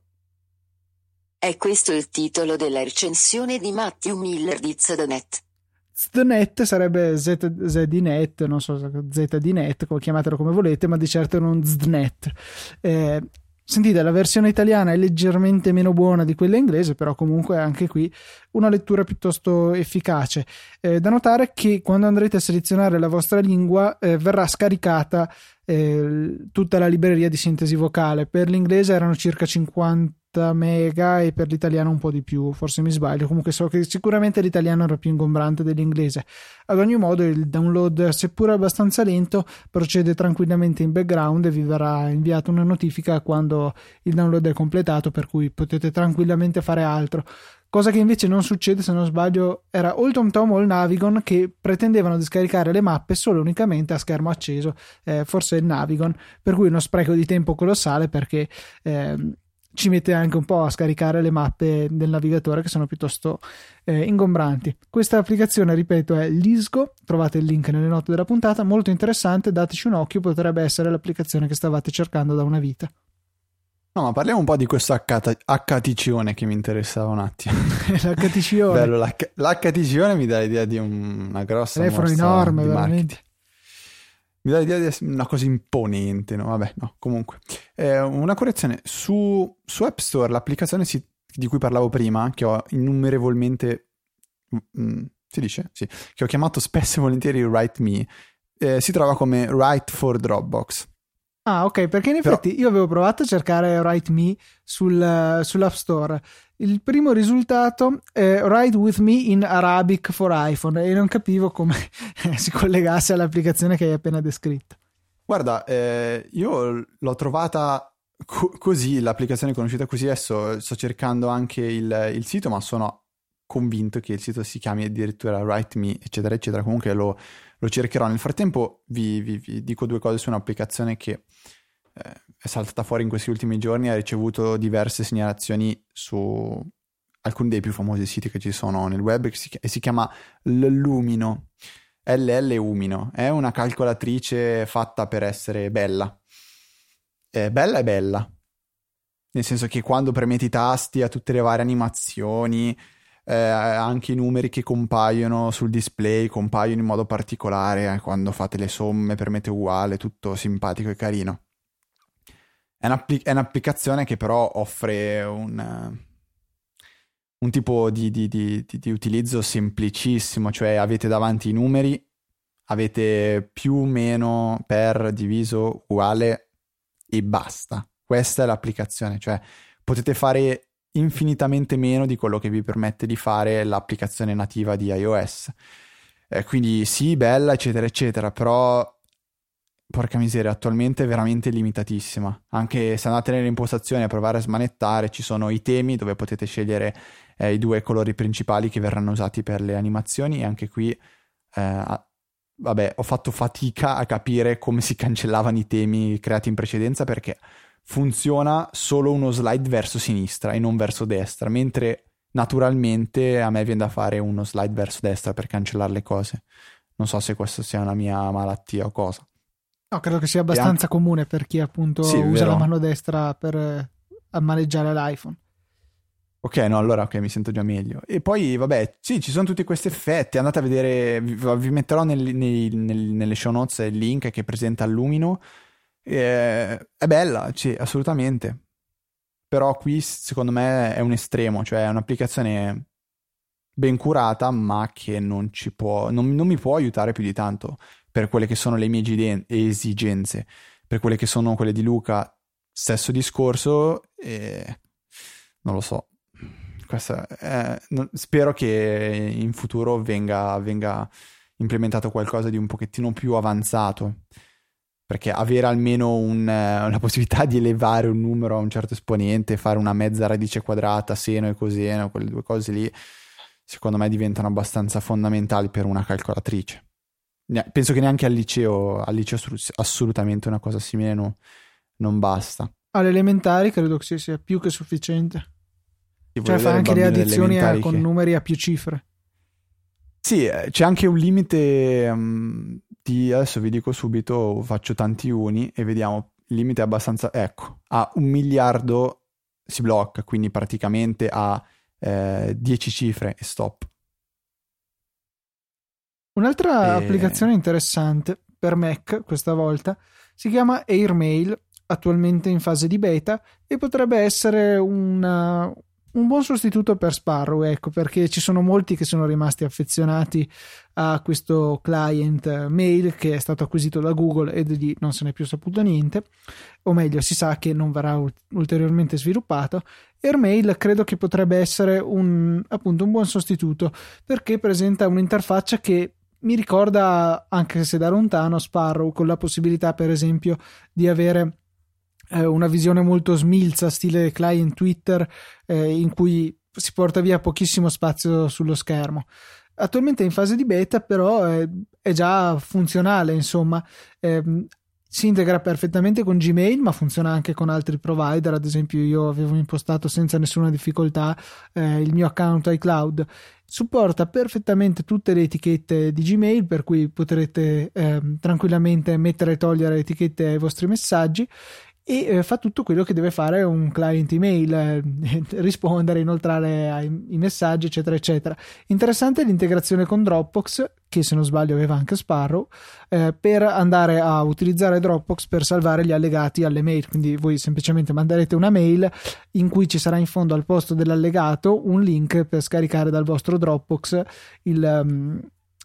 È questo il titolo della recensione di Matthew Miller di ZDNet. ZDNet sarebbe ZDNet, non so, ZDNet, chiamatelo come volete, ma di certo non ZDNet. Sentite, la versione italiana è leggermente meno buona di quella inglese, però comunque anche qui una lettura piuttosto efficace. Da notare che quando andrete a selezionare la vostra lingua verrà scaricata tutta la libreria di sintesi vocale. Per l'inglese erano circa 50 mega e per l'italiano un po' di più, forse mi sbaglio, comunque so che sicuramente l'italiano era più ingombrante dell'inglese. Ad ogni modo il download, seppur abbastanza lento, procede tranquillamente in background e vi verrà inviata una notifica quando il download è completato, per cui potete tranquillamente fare altro. Cosa che invece non succede, se non sbaglio, era o il TomTom o il Navigon, che pretendevano di scaricare le mappe solo e unicamente a schermo acceso, forse il Navigon, per cui uno spreco di tempo colossale, perché ci mette anche un po' a scaricare le mappe del navigatore, che sono piuttosto ingombranti. Questa applicazione, ripeto, è Lisgo, trovate il link nelle note della puntata, molto interessante, dateci un occhio, potrebbe essere l'applicazione che stavate cercando da una vita. No, ma parliamo un po' di questo HTC-ione che mi interessava un attimo. L'HTC-ione. Bello, l'HTC-ione mi dà l'idea di una grossa telefono enorme, veramente. Mi dà l'idea di essere una cosa imponente, no? Vabbè, no, comunque. Una correzione, su App Store, l'applicazione di cui parlavo prima, che ho innumerevolmente, si dice? Sì, che ho chiamato spesso e volentieri Write Me, si trova come Write for Dropbox. Ah, ok, perché in effetti io avevo provato a cercare Write Me sull'App Store. Il primo risultato è Write with Me in Arabic for iPhone e non capivo come si collegasse all'applicazione che hai appena descritto. Guarda, io l'ho trovata così, l'applicazione è conosciuta così, adesso sto cercando anche il sito, ma sono convinto che il sito si chiami addirittura Write Me, eccetera, eccetera. Comunque lo cercherò. Nel frattempo vi dico due cose su un'applicazione che è saltata fuori in questi ultimi giorni, ha ricevuto diverse segnalazioni su alcuni dei più famosi siti che ci sono nel web e si chiama Lumino, Lumino. È una calcolatrice fatta per essere bella. Bella e bella, nel senso che quando premete i tasti ha tutte le varie animazioni, anche i numeri che compaiono sul display compaiono in modo particolare, quando fate le somme premete uguale, tutto simpatico e carino. È un'applicazione che però offre un tipo di utilizzo semplicissimo, cioè avete davanti i numeri, avete più, meno, per, diviso, uguale e basta. Questa è l'applicazione, cioè potete fare infinitamente meno di quello che vi permette di fare l'applicazione nativa di iOS. Quindi sì, bella, eccetera, eccetera, però porca miseria, attualmente è veramente limitatissima. Anche se andate nelle impostazioni a provare a smanettare, ci sono i temi dove potete scegliere i due colori principali che verranno usati per le animazioni, e anche qui vabbè, ho fatto fatica a capire come si cancellavano i temi creati in precedenza, perché funziona solo uno slide verso sinistra e non verso destra, mentre naturalmente a me viene da fare uno slide verso destra per cancellare le cose. Non so se questa sia una mia malattia o cosa. No, credo che sia abbastanza comune per chi appunto sì, usa vero. la mano destra per maneggiare l'iPhone. Ok, no, allora ok, mi sento già meglio. E poi, vabbè, sì, ci sono tutti questi effetti. Andate a vedere, vi metterò nelle show notes il link che presenta il Lumino. È bella, sì, assolutamente. Però qui, secondo me, è un estremo, cioè è un'applicazione ben curata, ma che non mi può aiutare più di tanto per quelle che sono le mie esigenze. Per quelle che sono quelle di Luca, stesso discorso, e non lo so. Spero che in futuro venga implementato qualcosa di un pochettino più avanzato, perché avere almeno una possibilità di elevare un numero a un certo esponente, fare una mezza radice quadrata, seno e coseno, quelle due cose lì, secondo me diventano abbastanza fondamentali per una calcolatrice. Penso che neanche al liceo assolutamente una cosa simile non basta. Alle elementari credo che sia più che sufficiente. Ti Cioè vuoi fa vedere anche le il bambino addizioni delle elementari con numeri a più cifre. Sì, c'è anche un limite adesso vi dico subito, faccio tanti uni e vediamo, il limite è abbastanza, ecco, a 1 miliardo si blocca, quindi praticamente a 10 cifre e stop. Un'altra applicazione interessante per Mac questa volta si chiama Airmail, attualmente in fase di beta, e potrebbe essere un buon sostituto per Sparrow, ecco, perché ci sono molti che sono rimasti affezionati a questo client mail che è stato acquisito da Google e di lì non se n'è più saputo niente, o meglio si sa che non verrà ulteriormente sviluppato. Airmail credo che potrebbe essere appunto un buon sostituto, perché presenta un'interfaccia che mi ricorda, anche se da lontano, Sparrow, con la possibilità per esempio di avere una visione molto smilza stile client Twitter, in cui si porta via pochissimo spazio sullo schermo. Attualmente è in fase di beta, però è già funzionale, insomma. Si integra perfettamente con Gmail, ma funziona anche con altri provider. Ad esempio io avevo impostato senza nessuna difficoltà il mio account iCloud. Supporta perfettamente tutte le etichette di Gmail, per cui potrete tranquillamente mettere e togliere etichette ai vostri messaggi, e fa tutto quello che deve fare un client email, rispondere, inoltrare i messaggi, eccetera eccetera. Interessante l'integrazione con Dropbox, che se non sbaglio aveva anche Sparrow, per andare a utilizzare Dropbox per salvare gli allegati alle mail. Quindi voi semplicemente manderete una mail in cui ci sarà in fondo al posto dell'allegato un link per scaricare dal vostro Dropbox il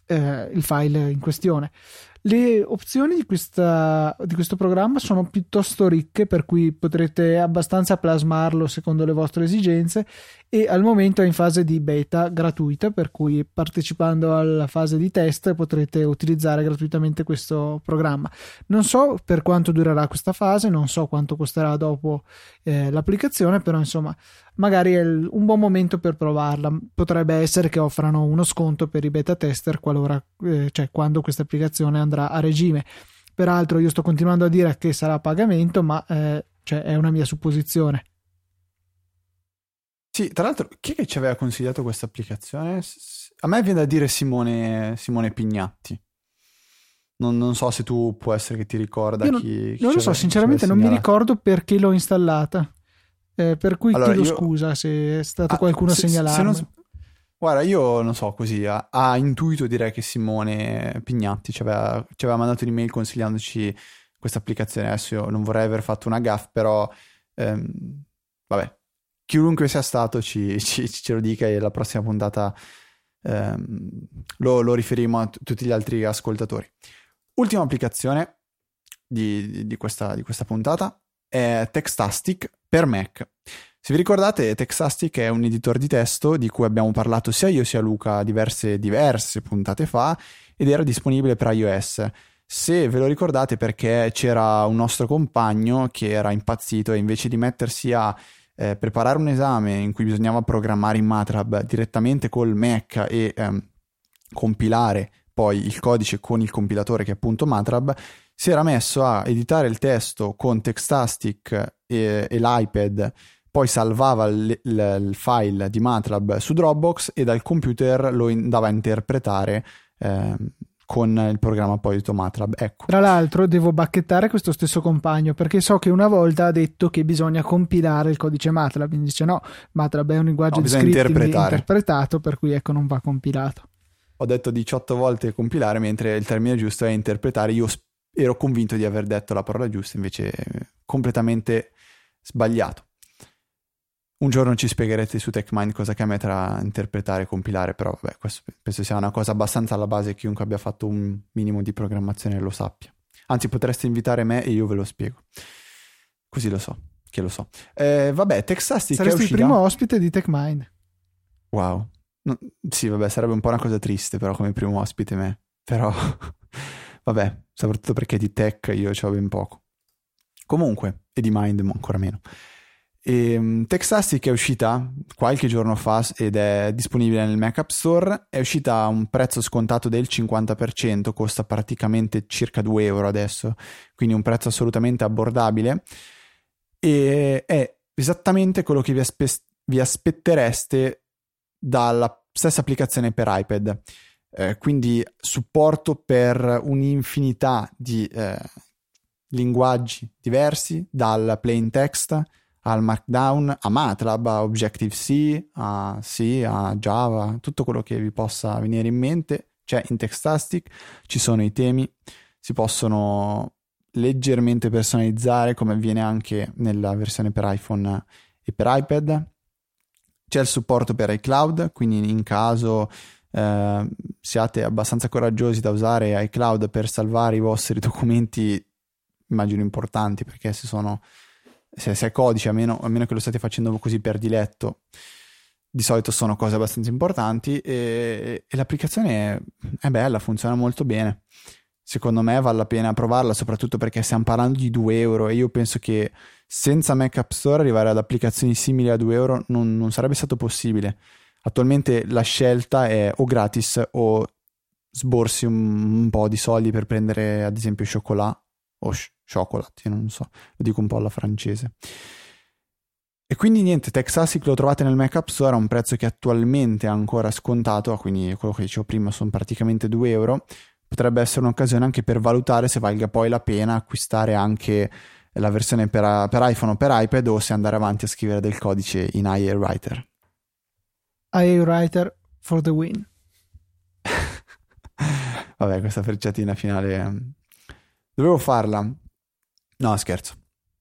file in questione. Le opzioni di questo programma sono piuttosto ricche, per cui potrete abbastanza plasmarlo secondo le vostre esigenze, e al momento è in fase di beta gratuita, per cui partecipando alla fase di test potrete utilizzare gratuitamente questo programma. Non so per quanto durerà questa fase, non so quanto costerà dopo l'applicazione, però insomma magari è un buon momento per provarla. Potrebbe essere che offrano uno sconto per i beta tester cioè quando questa applicazione andrà a regime. Peraltro io sto continuando a dire che sarà a pagamento, ma cioè è una mia supposizione. Sì, tra l'altro, chi è che ci aveva consigliato questa applicazione? A me viene da dire Simone Pignatti. Non so se tu può essere che ti ricorda chi non lo so, sinceramente non mi ricordo perché l'ho installata. Per cui allora, chiedo scusa se è stato qualcuno a segnalarmi. Guarda, io non so, così a intuito direi che Simone Pignatti ci aveva mandato un'email consigliandoci questa applicazione. Adesso io non vorrei aver fatto una gaffe, però vabbè, chiunque sia stato ce lo dica, e la prossima puntata lo riferiremo a tutti gli altri ascoltatori. Ultima applicazione di questa puntata è Textastic per Mac. Se vi ricordate, Textastic è un editor di testo di cui abbiamo parlato sia io sia Luca diverse puntate fa, ed era disponibile per iOS. Se ve lo ricordate, perché c'era un nostro compagno che era impazzito, e invece di mettersi a preparare un esame in cui bisognava programmare in MATLAB direttamente col Mac e compilare poi il codice con il compilatore che è appunto MATLAB, si era messo a editare il testo con Textastic e l'iPad, poi salvava il file di MATLAB su Dropbox e dal computer lo andava a interpretare con il programma apposito MATLAB. Ecco. Tra l'altro devo bacchettare questo stesso compagno, perché so che una volta ha detto che bisogna compilare il codice MATLAB, quindi dice no, MATLAB è un linguaggio di scripting interpretato, per cui ecco non va compilato. Ho detto 18 volte compilare, mentre il termine giusto è interpretare. Io ero convinto di aver detto la parola giusta, invece completamente sbagliato. Un giorno ci spiegherete su TechMind cosa cambia tra interpretare e compilare, però vabbè, questo penso sia una cosa abbastanza alla base, chiunque abbia fatto un minimo di programmazione lo sappia. Anzi, potreste invitare me e io ve lo spiego. Così lo so, che lo so. Vabbè, Textastic saresti è uscita... il primo ospite di TechMind. Wow. No, sì, vabbè, sarebbe un po' una cosa triste però come primo ospite me. Però... Vabbè, soprattutto perché di tech io c'ho ben poco. Comunque, e di Mind ancora meno. Textastic è uscita qualche giorno fa ed è disponibile nel Mac App Store. È uscita a un prezzo scontato del 50%, costa praticamente circa 2 euro adesso, quindi un prezzo assolutamente abbordabile, e è esattamente quello che vi aspettereste dalla stessa applicazione per iPad. Quindi supporto per un'infinità di linguaggi diversi, dal plain text al Markdown, a MATLAB, a Objective-C, a C, a Java, tutto quello che vi possa venire in mente c'è in Textastic. Ci sono i temi, si possono leggermente personalizzare come avviene anche nella versione per iPhone e per iPad. C'è il supporto per iCloud, quindi in caso siate abbastanza coraggiosi da usare iCloud per salvare i vostri documenti, immagino importanti, perché se è codice, a meno che lo state facendo così per diletto, di solito sono cose abbastanza importanti, e l'applicazione è bella, funziona molto bene. Secondo me vale la pena provarla, soprattutto perché stiamo parlando di 2 euro, e io penso che senza Mac App Store arrivare ad applicazioni simili a 2 euro non sarebbe stato possibile. Attualmente la scelta è o gratis o sborsi un po' di soldi per prendere ad esempio chocolat o chocolat, io non so, lo dico un po' alla francese. E quindi niente, Textastic lo trovate nel Mac App Store a un prezzo che attualmente è ancora scontato, quindi quello che dicevo prima sono praticamente 2 euro. Potrebbe essere un'occasione anche per valutare se valga poi la pena acquistare anche la versione per iPhone o per iPad, o se andare avanti a scrivere del codice in IA Writer. IA Writer for the win. Vabbè, questa frecciatina finale dovevo farla. No, scherzo.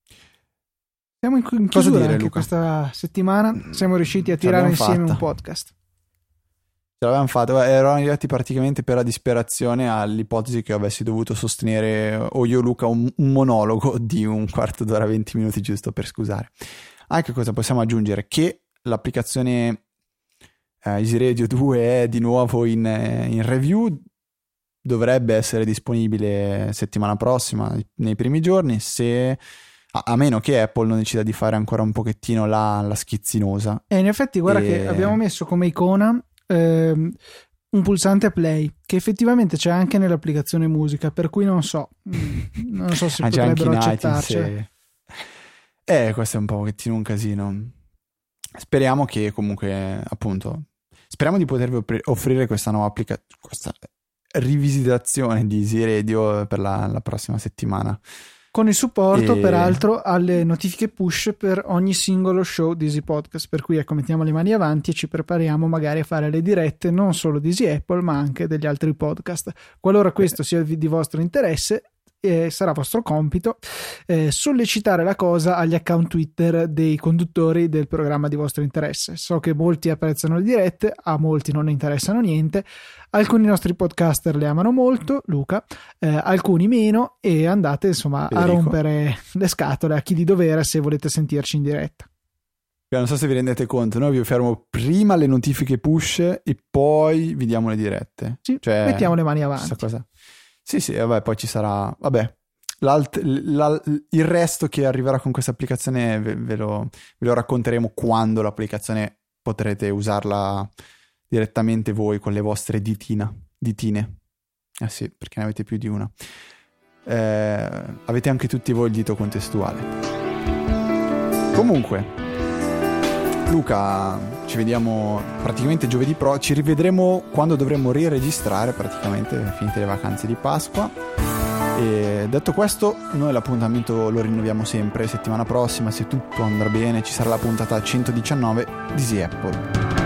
Siamo in chiusura dire, anche Luca? Questa settimana siamo riusciti a tirare insieme un podcast. Ce l'avevamo fatta, eravamo arrivati praticamente per la disperazione all'ipotesi che avessi dovuto sostenere, o io Luca, un monologo di un quarto d'ora, 20 minuti, giusto per scusare. Anche cosa possiamo aggiungere? Che l'applicazione Easy Radio 2 è di nuovo in review, dovrebbe essere disponibile settimana prossima, nei primi giorni, se a meno che Apple non decida di fare ancora un pochettino la schizzinosa. E in effetti guarda che abbiamo messo come icona un pulsante play, che effettivamente c'è anche nell'applicazione musica, per cui non so se potrebbero accettarci. Questo è un pochettino un casino. Speriamo che comunque, appunto, speriamo di potervi offrire questa nuova questa rivisitazione di Easy Radio per la prossima settimana, con il supporto peraltro alle notifiche push per ogni singolo show di Easy Podcast, per cui ecco, mettiamo le mani avanti e ci prepariamo magari a fare le dirette non solo di Easy Apple ma anche degli altri podcast. Qualora questo sia di vostro interesse, sarà vostro compito sollecitare la cosa agli account Twitter dei conduttori del programma di vostro interesse. So che molti apprezzano le dirette, a molti non ne interessano niente, alcuni nostri podcaster le amano molto, Luca, alcuni meno, e andate insomma a rompere le scatole a chi di dovere se volete sentirci in diretta. Non so se vi rendete conto, noi vi offriamo prima le notifiche push e poi vi diamo le dirette. Sì, cioè, mettiamo le mani avanti. Cosa. Sì, vabbè, poi ci sarà, vabbè, il resto che arriverà con questa applicazione ve lo racconteremo quando l'applicazione potrete usarla direttamente voi con le vostre ditine. Sì, perché ne avete più di una. Avete anche tutti voi il dito contestuale. Comunque, Luca, ci vediamo praticamente giovedì ci rivedremo quando dovremo riregistrare, praticamente finite le vacanze di Pasqua. E detto questo, noi l'appuntamento lo rinnoviamo sempre settimana prossima, se tutto andrà bene ci sarà la puntata 119 di Easy Apple.